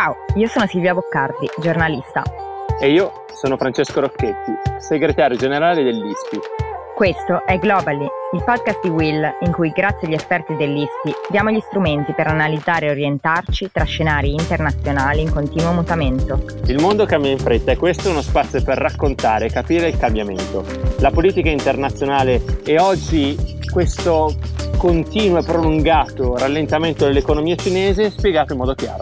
Ciao, io sono Silvia Boccardi, giornalista. E io sono Francesco Rocchetti, segretario generale dell'ISPI. Questo è Globally, il podcast di Will in cui, grazie agli esperti dell'ISPI, diamo gli strumenti per analizzare e orientarci tra scenari internazionali in continuo mutamento. Il mondo cambia in fretta e questo è uno spazio per raccontare e capire il cambiamento, la politica internazionale e oggi questo continuo e prolungato rallentamento dell'economia cinese spiegato in modo chiaro.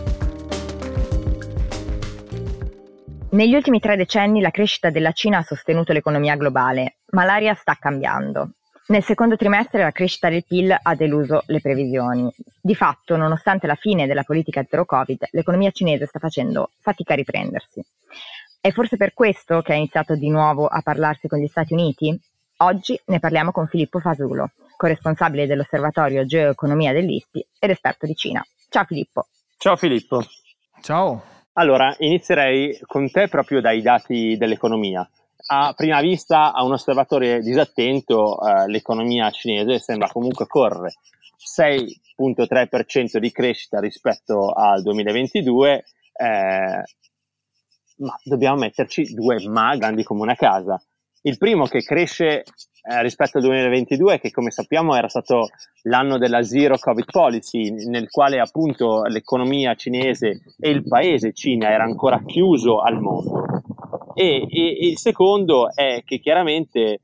Negli ultimi 3 decenni la crescita della Cina ha sostenuto l'economia globale, ma l'aria sta cambiando. Nel secondo trimestre la crescita del PIL ha deluso le previsioni. Di fatto, nonostante la fine della politica zero Covid, l'economia cinese sta facendo fatica a riprendersi. È forse per questo che ha iniziato di nuovo a parlarsi con gli Stati Uniti? Oggi ne parliamo con Filippo Fasulo, corresponsabile dell'Osservatorio Geoeconomia dell'ISPI ed esperto di Cina. Ciao Filippo. Ciao Filippo. Ciao. Allora, inizierei con te proprio dai dati dell'economia. A prima vista, a un osservatore disattento, l'economia cinese sembra comunque correre 6,3% di crescita rispetto al 2022, ma dobbiamo metterci due ma grandi come una casa. Il primo che cresce rispetto al 2022, che come sappiamo era stato l'anno della Zero Covid Policy, nel quale appunto l'economia cinese e il paese Cina era ancora chiuso al mondo. E il secondo è che chiaramente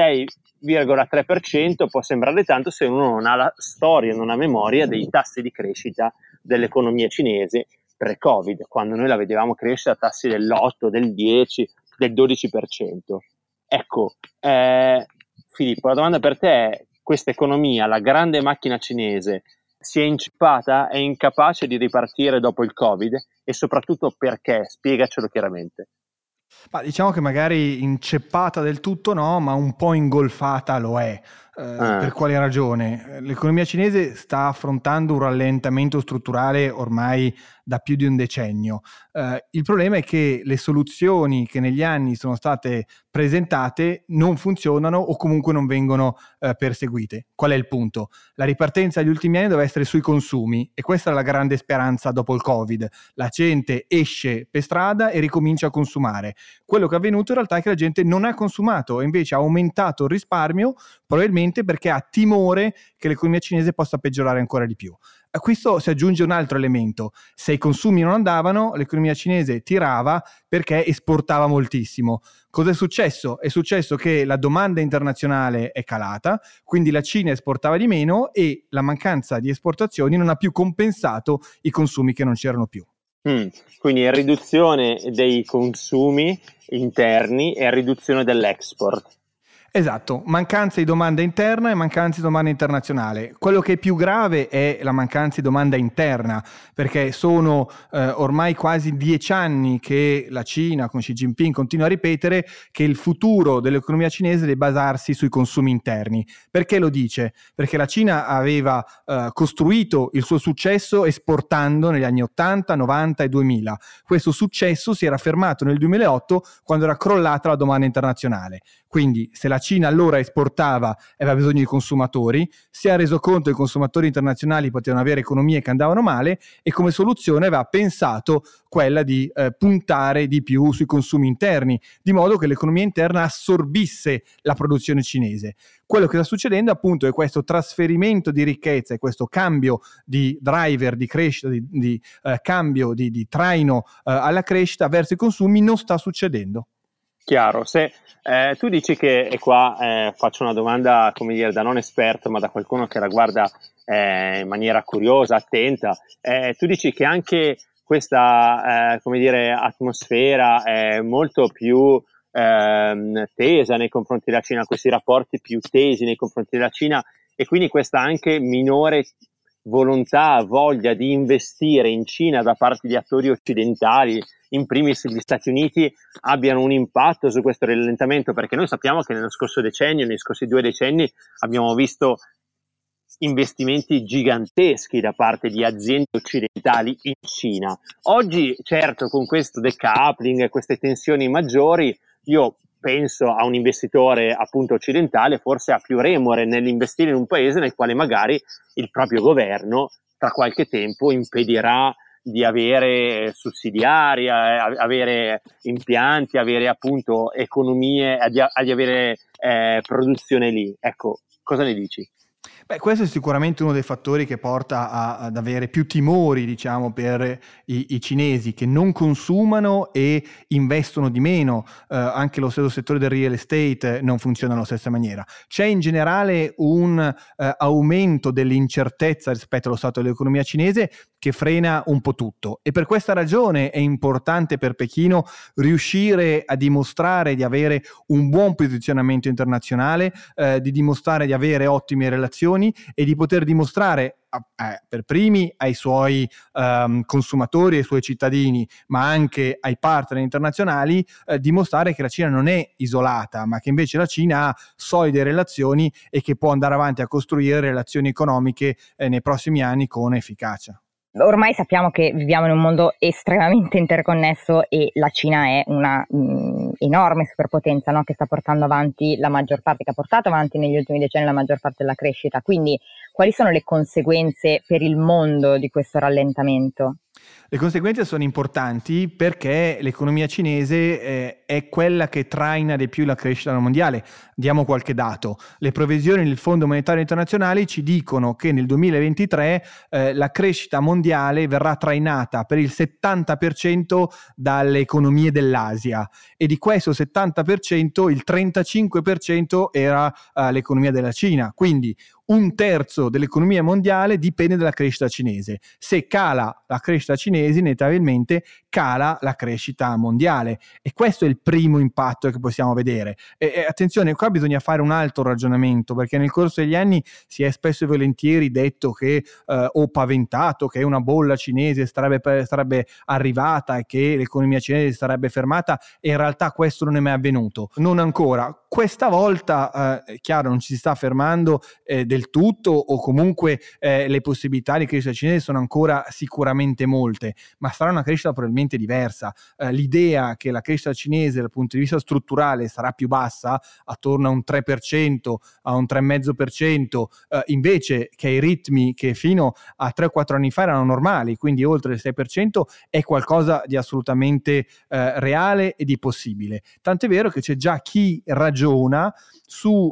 6,3% può sembrare tanto se uno non ha la storia, non ha memoria dei tassi di crescita dell'economia cinese pre-Covid, quando noi la vedevamo crescere a tassi dell'8, del 10, del 12%. Ecco, Filippo, la domanda per te è: questa economia, la grande macchina cinese, si è incippata, è incapace di ripartire dopo il Covid e soprattutto perché? Spiegacelo chiaramente. Ma diciamo che magari inceppata del tutto no, ma un po' ingolfata lo è. Per quale ragione? L'economia cinese sta affrontando un rallentamento strutturale ormai da più di un decennio. Il problema è che le soluzioni che negli anni sono state presentate non funzionano o comunque non vengono perseguite. Qual è il punto? La ripartenza degli ultimi anni doveva essere sui consumi e questa è la grande speranza dopo il Covid. La gente esce per strada e ricomincia a consumare. Quello che è avvenuto in realtà è che la gente non ha consumato e invece ha aumentato il risparmio, probabilmente perché ha timore che l'economia cinese possa peggiorare ancora di più. A questo si aggiunge un altro elemento: se i consumi non andavano, l'economia cinese tirava perché esportava moltissimo. Cosa è successo? È successo che la domanda internazionale è calata, quindi la Cina esportava di meno e la mancanza di esportazioni non ha più compensato i consumi che non c'erano più. Quindi riduzione dei consumi interni e riduzione dell'export. Esatto, mancanza di domanda interna e mancanza di domanda internazionale. Quello che è più grave è la mancanza di domanda interna, perché sono ormai quasi 10 anni che la Cina con Xi Jinping continua a ripetere che il futuro dell'economia cinese deve basarsi sui consumi interni. Perché lo dice? Perché la Cina aveva costruito il suo successo esportando negli anni 80, 90 e 2000. Questo successo si era fermato nel 2008 quando era crollata la domanda internazionale. Quindi se la Cina allora esportava e aveva bisogno di consumatori, si è reso conto che i consumatori internazionali potevano avere economie che andavano male e come soluzione aveva pensato quella di puntare di più sui consumi interni, di modo che l'economia interna assorbisse la produzione cinese. Quello che sta succedendo appunto è questo trasferimento di ricchezza e questo cambio di driver di crescita, di cambio di traino alla crescita verso i consumi non sta succedendo. Chiaro, se tu dici che, e qua faccio una domanda, come dire, da non esperto, ma da qualcuno che la guarda in maniera curiosa, attenta, tu dici che anche questa, come dire, atmosfera è molto più tesa nei confronti della Cina, questi rapporti più tesi nei confronti della Cina e quindi questa anche minore volontà, voglia di investire in Cina da parte di attori occidentali, in primis gli Stati Uniti, abbiano un impatto su questo rallentamento, perché noi sappiamo che nello scorso decennio, nei scorsi 2 decenni, abbiamo visto investimenti giganteschi da parte di aziende occidentali in Cina. Oggi, certo, con questo decoupling e queste tensioni maggiori, io penso a un investitore appunto occidentale forse ha più remore nell'investire in un paese nel quale magari il proprio governo tra qualche tempo impedirà di avere sussidiari, avere impianti, avere appunto economie, di avere produzione lì. Ecco, cosa ne dici? Beh, questo è sicuramente uno dei fattori che porta ad avere più timori, diciamo, per i cinesi, che non consumano e investono di meno. Anche lo stesso settore del real estate non funziona alla stessa maniera. C'è in generale un aumento dell'incertezza rispetto allo stato dell'economia cinese che frena un po' tutto, e per questa ragione è importante per Pechino riuscire a dimostrare di avere un buon posizionamento internazionale, di dimostrare di avere ottime relazioni e di poter dimostrare per primi ai suoi consumatori, ai suoi cittadini, ma anche ai partner internazionali, dimostrare che la Cina non è isolata, ma che invece la Cina ha solide relazioni e che può andare avanti a costruire relazioni economiche nei prossimi anni con efficacia. Ormai sappiamo che viviamo in un mondo estremamente interconnesso e la Cina è una enorme superpotenza, no? Che sta portando avanti la maggior parte, che ha portato avanti negli ultimi decenni la maggior parte della crescita. Quindi quali sono le conseguenze per il mondo di questo rallentamento? Le conseguenze sono importanti perché l'economia cinese è quella che traina di più la crescita mondiale. Diamo qualche dato. Le previsioni del Fondo Monetario Internazionale ci dicono che nel 2023 la crescita mondiale verrà trainata per il 70% dalle economie dell'Asia, e di questo 70% il 35% era l'economia della Cina. Quindi un terzo dell'economia mondiale dipende dalla crescita cinese. Se cala la crescita cinese, inevitabilmente cala la crescita mondiale, e questo è il primo impatto che possiamo vedere. E attenzione, qua bisogna fare un altro ragionamento, perché nel corso degli anni si è spesso e volentieri detto che o paventato che una bolla cinese sarebbe arrivata e che l'economia cinese sarebbe fermata, e in realtà questo non è mai avvenuto, non ancora. Questa volta è chiaro, non ci si sta fermando del tutto, o comunque le possibilità di crescita cinese sono ancora sicuramente molte, ma sarà una crescita probabilmente diversa. L'idea che la crescita cinese dal punto di vista strutturale sarà più bassa, attorno a un 3%, a un 3,5%, invece che i ritmi che fino a 3 o 4 anni fa erano normali, quindi oltre il 6%, è qualcosa di assolutamente reale e di possibile. Tant'è vero che c'è già chi ragiona su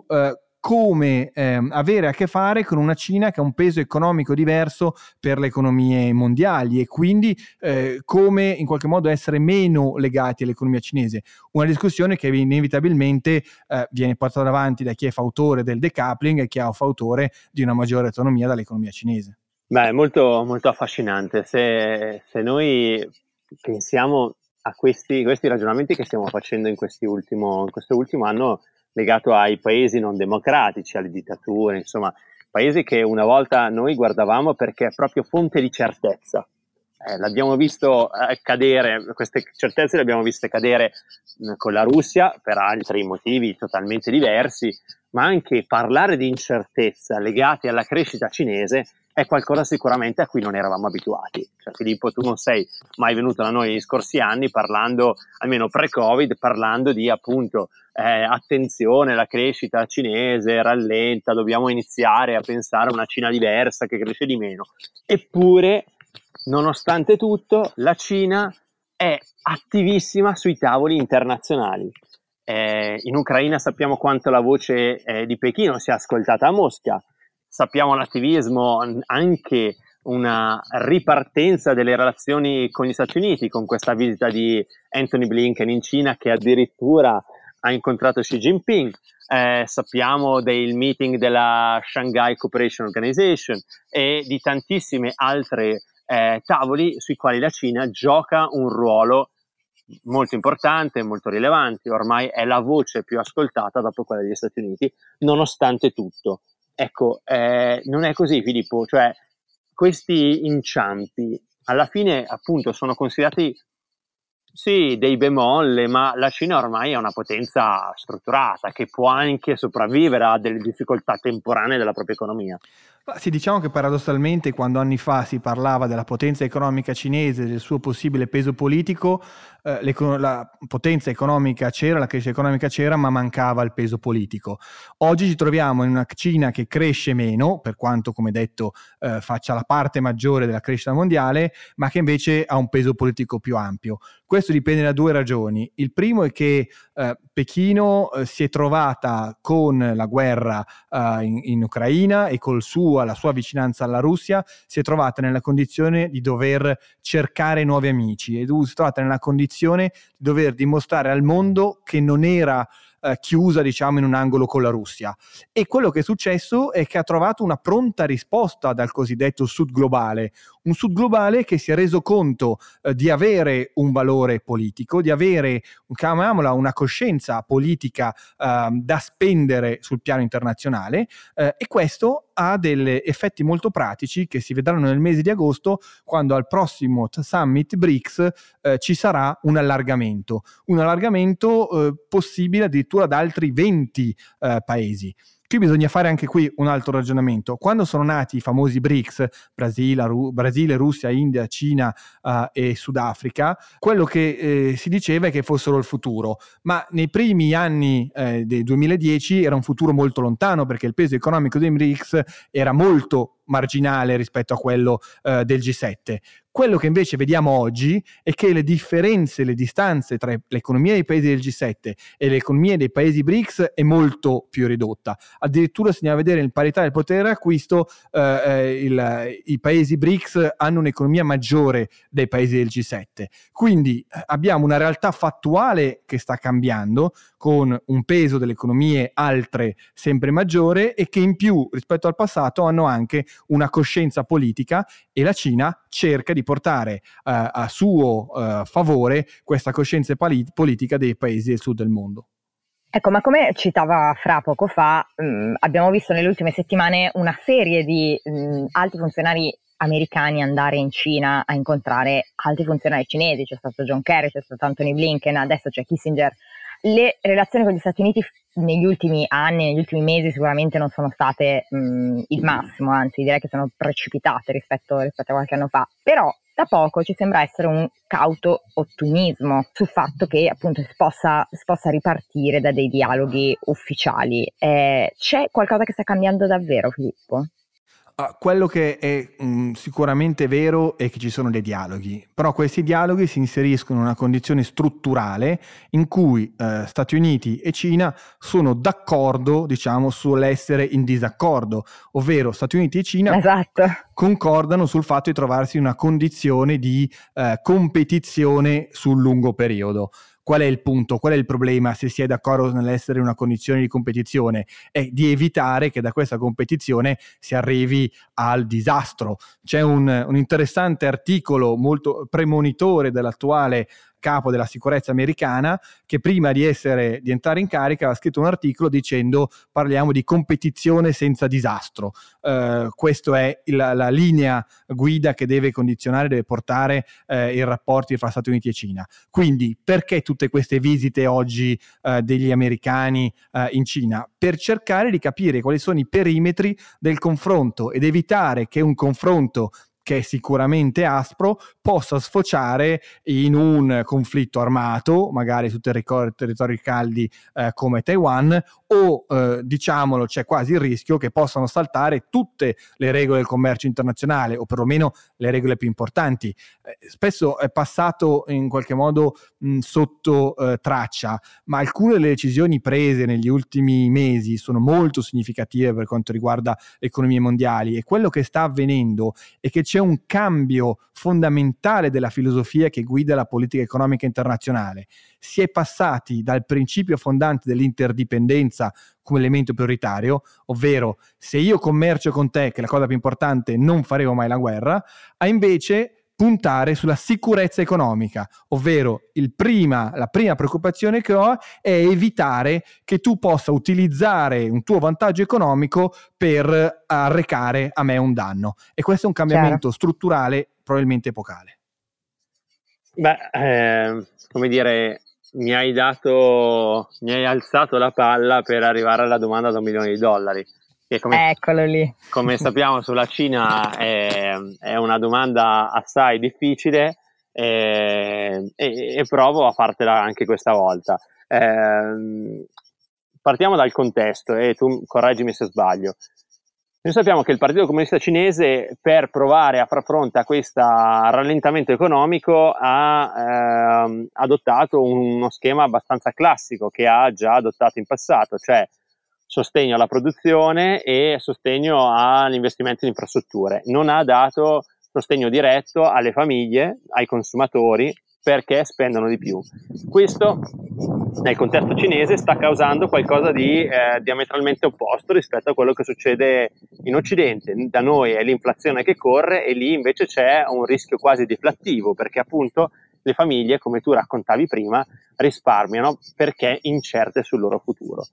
come avere a che fare con una Cina che ha un peso economico diverso per le economie mondiali, e quindi come in qualche modo essere meno legati all'economia cinese. Una discussione che inevitabilmente viene portata avanti da chi è fautore del decoupling e chi è fautore di una maggiore autonomia dall'economia cinese. Beh, è molto, molto affascinante. Se noi pensiamo a questi ragionamenti che stiamo facendo in questo ultimo anno, legato ai paesi non democratici, alle dittature, insomma, paesi che una volta noi guardavamo perché è proprio fonte di certezza. L'abbiamo visto cadere, queste certezze le abbiamo viste cadere con la Russia per altri motivi totalmente diversi, ma anche parlare di incertezza legate alla crescita cinese è qualcosa sicuramente a cui non eravamo abituati. Cioè, Filippo, tu non sei mai venuto da noi negli scorsi anni parlando, almeno pre-Covid, parlando di appunto attenzione, la crescita cinese rallenta, dobbiamo iniziare a pensare a una Cina diversa che cresce di meno. Eppure, nonostante tutto, la Cina è attivissima sui tavoli internazionali. In Ucraina sappiamo quanto la voce di Pechino sia ascoltata a Mosca. Sappiamo l'attivismo, anche una ripartenza delle relazioni con gli Stati Uniti, con questa visita di Anthony Blinken in Cina, che addirittura ha incontrato Xi Jinping. Sappiamo del meeting della Shanghai Cooperation Organization e di tantissime altre tavoli sui quali la Cina gioca un ruolo molto importante, molto rilevante. Ormai è la voce più ascoltata dopo quella degli Stati Uniti, nonostante tutto. Ecco, non è così, Filippo, cioè questi inciampi alla fine appunto sono considerati sì dei bemolle, ma la Cina ormai è una potenza strutturata che può anche sopravvivere a delle difficoltà temporanee della propria economia. Ma sì, diciamo che paradossalmente quando anni fa si parlava della potenza economica cinese, del suo possibile peso politico, la potenza economica c'era, la crescita economica c'era, ma mancava il peso politico. Oggi ci troviamo in una Cina che cresce meno, per quanto, come detto, faccia la parte maggiore della crescita mondiale, ma che invece ha un peso politico più ampio. Questo dipende da due ragioni. Il primo è che Pechino si è trovata con la guerra in Ucraina e la sua vicinanza alla Russia, si è trovata nella condizione di dover cercare nuovi amici e si è trovata nella condizione di dover dimostrare al mondo che non era chiusa, diciamo, in un angolo con la Russia. E quello che è successo è che ha trovato una pronta risposta dal cosiddetto Sud globale, un Sud globale che si è reso conto di avere un valore politico, di avere, chiamiamola, una coscienza politica da spendere sul piano internazionale, e questo ha degli effetti molto pratici che si vedranno nel mese di agosto, quando al prossimo Summit BRICS ci sarà un allargamento possibile addirittura ad altri 20 paesi. Qui bisogna fare anche qui un altro ragionamento. Quando sono nati i famosi BRICS, Brasile, Russia, India, Cina e Sudafrica, quello che si diceva è che fossero il futuro, ma nei primi anni del 2010 era un futuro molto lontano, perché il peso economico dei BRICS era molto marginale rispetto a quello del G7. Quello che invece vediamo oggi è che le differenze, le distanze tra l'economia dei paesi del G7 e l'economia dei paesi BRICS è molto più ridotta. Addirittura se andiamo a vedere in parità del potere d'acquisto, i paesi BRICS hanno un'economia maggiore dei paesi del G7. Quindi abbiamo una realtà fattuale che sta cambiando, con un peso delle economie altre sempre maggiore, e che in più rispetto al passato hanno anche una coscienza politica, e la Cina cerca di portare a suo favore questa coscienza politica dei paesi del sud del mondo. Ecco, ma come citava Fra poco fa, abbiamo visto nelle ultime settimane una serie di alti funzionari americani andare in Cina a incontrare alti funzionari cinesi. C'è stato John Kerry, c'è stato Anthony Blinken, adesso c'è Kissinger. Le relazioni con gli Stati Uniti negli ultimi anni, negli ultimi mesi sicuramente non sono state il massimo, anzi direi che sono precipitate rispetto a qualche anno fa, però da poco ci sembra essere un cauto ottimismo sul fatto che appunto si possa ripartire da dei dialoghi ufficiali. C'è qualcosa che sta cambiando davvero, Filippo? Quello che è sicuramente vero è che ci sono dei dialoghi, però questi dialoghi si inseriscono in una condizione strutturale in cui Stati Uniti e Cina sono d'accordo, diciamo, sull'essere in disaccordo, ovvero Stati Uniti e Cina concordano sul fatto di trovarsi in una condizione di competizione sul lungo periodo. Qual è il punto? Qual è il problema se si è d'accordo nell'essere in una condizione di competizione? È di evitare che da questa competizione si arrivi al disastro. C'è un interessante articolo molto premonitore dell'attuale capo della sicurezza americana, che prima di entrare in carica aveva scritto un articolo dicendo: parliamo di competizione senza disastro. Questa è la linea guida che deve condizionare, deve portare i rapporti fra Stati Uniti e Cina. Quindi perché tutte queste visite oggi degli americani in Cina? Per cercare di capire quali sono i perimetri del confronto ed evitare che un confronto che è sicuramente aspro, possa sfociare in un conflitto armato, magari su territori caldi come Taiwan, o diciamolo, c'è quasi il rischio che possano saltare tutte le regole del commercio internazionale, o perlomeno le regole più importanti. Spesso è passato in qualche modo sotto traccia, ma alcune delle decisioni prese negli ultimi mesi sono molto significative per quanto riguarda le economie mondiali, e quello che sta avvenendo è che c'è un cambio fondamentale della filosofia che guida la politica economica internazionale. Si è passati dal principio fondante dell'interdipendenza come elemento prioritario, ovvero se io commercio con te, che è la cosa più importante, non faremo mai la guerra, a invece puntare sulla sicurezza economica, ovvero la prima preoccupazione che ho è evitare che tu possa utilizzare un tuo vantaggio economico per arrecare a me un danno. E questo è un cambiamento strutturale, probabilmente epocale. Come dire, mi hai alzato la palla per arrivare alla domanda da $1 milione. che Eccolo lì. Come sappiamo sulla Cina è una domanda assai difficile, e provo a fartela anche questa volta. Partiamo dal contesto e tu correggimi se sbaglio. Noi sappiamo che il Partito Comunista Cinese, per provare a far fronte a questo rallentamento economico, ha adottato uno schema abbastanza classico che ha già adottato in passato, cioè sostegno alla produzione e sostegno all'investimento in infrastrutture. Non ha dato sostegno diretto alle famiglie, ai consumatori, perché spendono di più. Questo nel contesto cinese sta causando qualcosa di diametralmente opposto rispetto a quello che succede in Occidente. Da noi è l'inflazione che corre e lì invece c'è un rischio quasi deflattivo, perché appunto le famiglie, come tu raccontavi prima, risparmiano perché incerte sul loro futuro.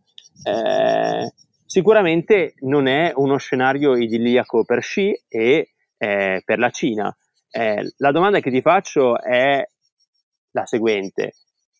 Sicuramente non è uno scenario idilliaco per Xi e per la Cina. La domanda che ti faccio è la seguente: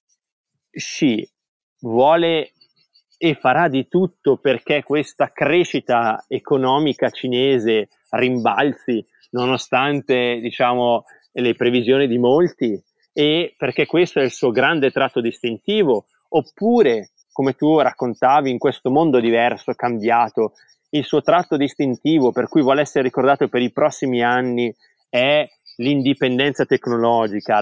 Xi vuole e farà di tutto perché questa crescita economica cinese rimbalzi nonostante, diciamo, le previsioni di molti, e perché questo è il suo grande tratto distintivo, oppure, come tu raccontavi, in questo mondo diverso, cambiato, il suo tratto distintivo per cui vuole essere ricordato per i prossimi anni è l'indipendenza tecnologica,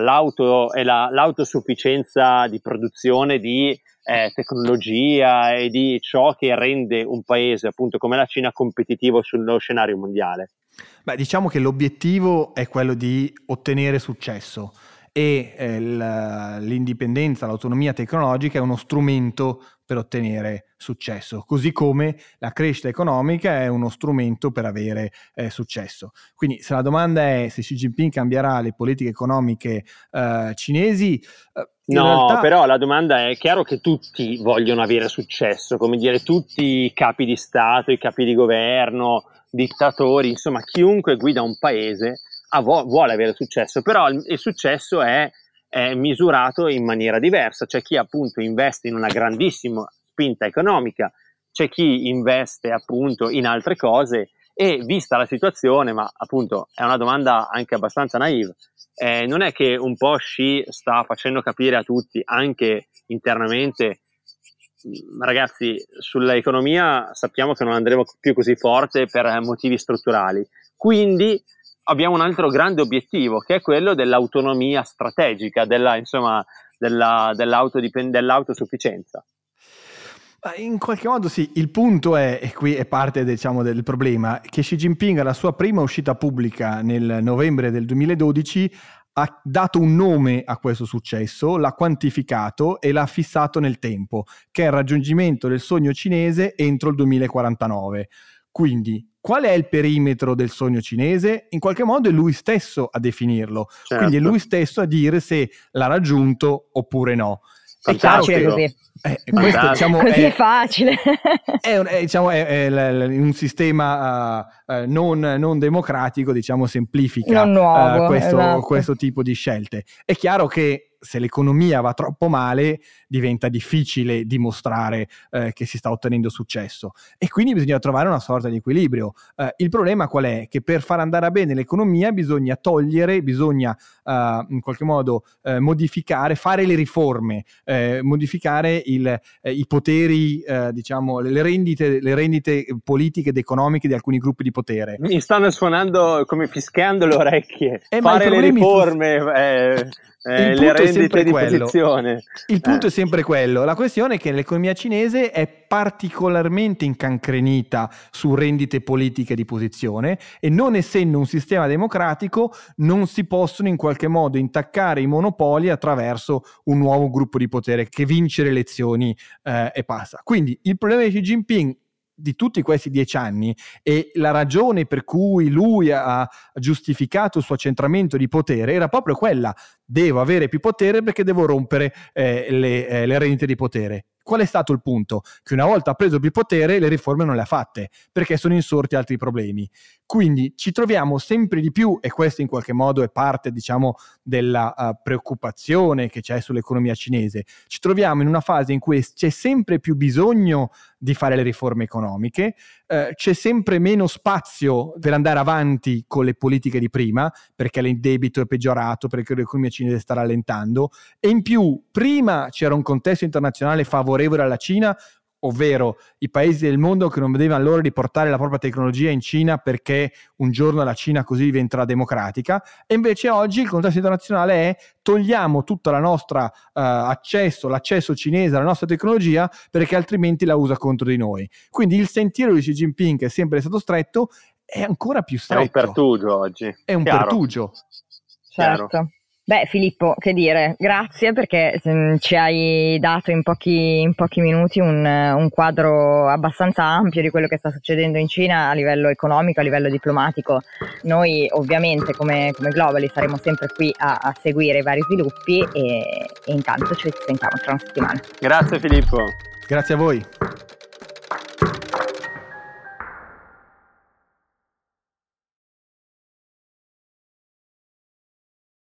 l'autosufficienza di produzione di tecnologia e di ciò che rende un paese, appunto come la Cina, competitivo sullo scenario mondiale? Beh, diciamo che l'obiettivo è quello di ottenere successo e l'indipendenza, l'autonomia tecnologica è uno strumento per ottenere successo, così come la crescita economica è uno strumento per avere successo. Quindi se la domanda è se Xi Jinping cambierà le politiche economiche cinesi, no, realtà... però la domanda è: chiaro che tutti vogliono avere successo, come dire, tutti i capi di Stato, i capi di governo, dittatori, insomma chiunque guida un paese vuole avere successo, però il successo è misurato in maniera diversa. C'è chi appunto investe in una grandissima spinta economica, c'è chi investe appunto in altre cose, e vista la situazione, ma appunto è una domanda anche abbastanza naive, non è che un po' Xi sta facendo capire a tutti, anche internamente, ragazzi, sull'economia sappiamo che non andremo più così forte per motivi strutturali, quindi abbiamo un altro grande obiettivo, che è quello dell'autonomia strategica, dell'autosufficienza. In qualche modo sì, il punto è, e qui è parte diciamo del problema, che Xi Jinping alla sua prima uscita pubblica nel novembre del 2012 ha dato un nome a questo successo, l'ha quantificato e l'ha fissato nel tempo, che è il raggiungimento del sogno cinese entro il 2049. Quindi, qual è il perimetro del sogno cinese? In qualche modo è lui stesso a definirlo, certo. Quindi è lui stesso a dire se l'ha raggiunto oppure no. È facile così. Questo, diciamo, così è facile. È un sistema non democratico, diciamo, semplifica non nuovo, questo tipo di scelte. È chiaro che se l'economia va troppo male diventa difficile dimostrare che si sta ottenendo successo, e quindi bisogna trovare una sorta di equilibrio. Il problema qual è? Che per far andare bene l'economia bisogna in qualche modo modificare, fare le riforme, modificare i poteri, diciamo, le rendite politiche ed economiche di alcuni gruppi di potere. Mi stanno suonando come fischiando le orecchie. Fare le riforme, le rendite di posizione. Il punto è sempre quello. La questione è che l'economia cinese è particolarmente incancrenita su rendite politiche di posizione, e non essendo un sistema democratico non si possono in qualche modo intaccare i monopoli attraverso un nuovo gruppo di potere che vince le elezioni e passa. Quindi il problema di Xi Jinping di tutti questi 10 anni, e la ragione per cui lui ha giustificato il suo accentramento di potere era proprio quella: devo avere più potere perché devo rompere le rendite di potere. Qual è stato il punto? Che una volta preso più potere le riforme non le ha fatte, perché sono insorti altri problemi. Quindi ci troviamo sempre di più, e questo in qualche modo è parte, diciamo, della preoccupazione che c'è sull'economia cinese, ci troviamo in una fase in cui c'è sempre più bisogno di fare le riforme economiche, c'è sempre meno spazio per andare avanti con le politiche di prima, perché il debito è peggiorato, perché l'economia cinese sta rallentando, e in più prima c'era un contesto internazionale favorevole alla Cina, ovvero i paesi del mondo che non vedevano l'ora di portare la propria tecnologia in Cina perché un giorno la Cina così diventerà democratica, e invece oggi il contesto internazionale è: togliamo tutta la nostra l'accesso cinese alla nostra tecnologia perché altrimenti la usa contro di noi. Quindi il sentiero di Xi Jinping, che è sempre stato stretto, è ancora più stretto. È un pertugio oggi. È un pertugio. Certo. Beh, Filippo, che dire, grazie, perché ci hai dato in pochi minuti un quadro abbastanza ampio di quello che sta succedendo in Cina a livello economico, a livello diplomatico. Noi ovviamente come Globally saremo sempre qui a seguire i vari sviluppi, e intanto ci sentiamo tra una settimana. Grazie Filippo. Grazie a voi.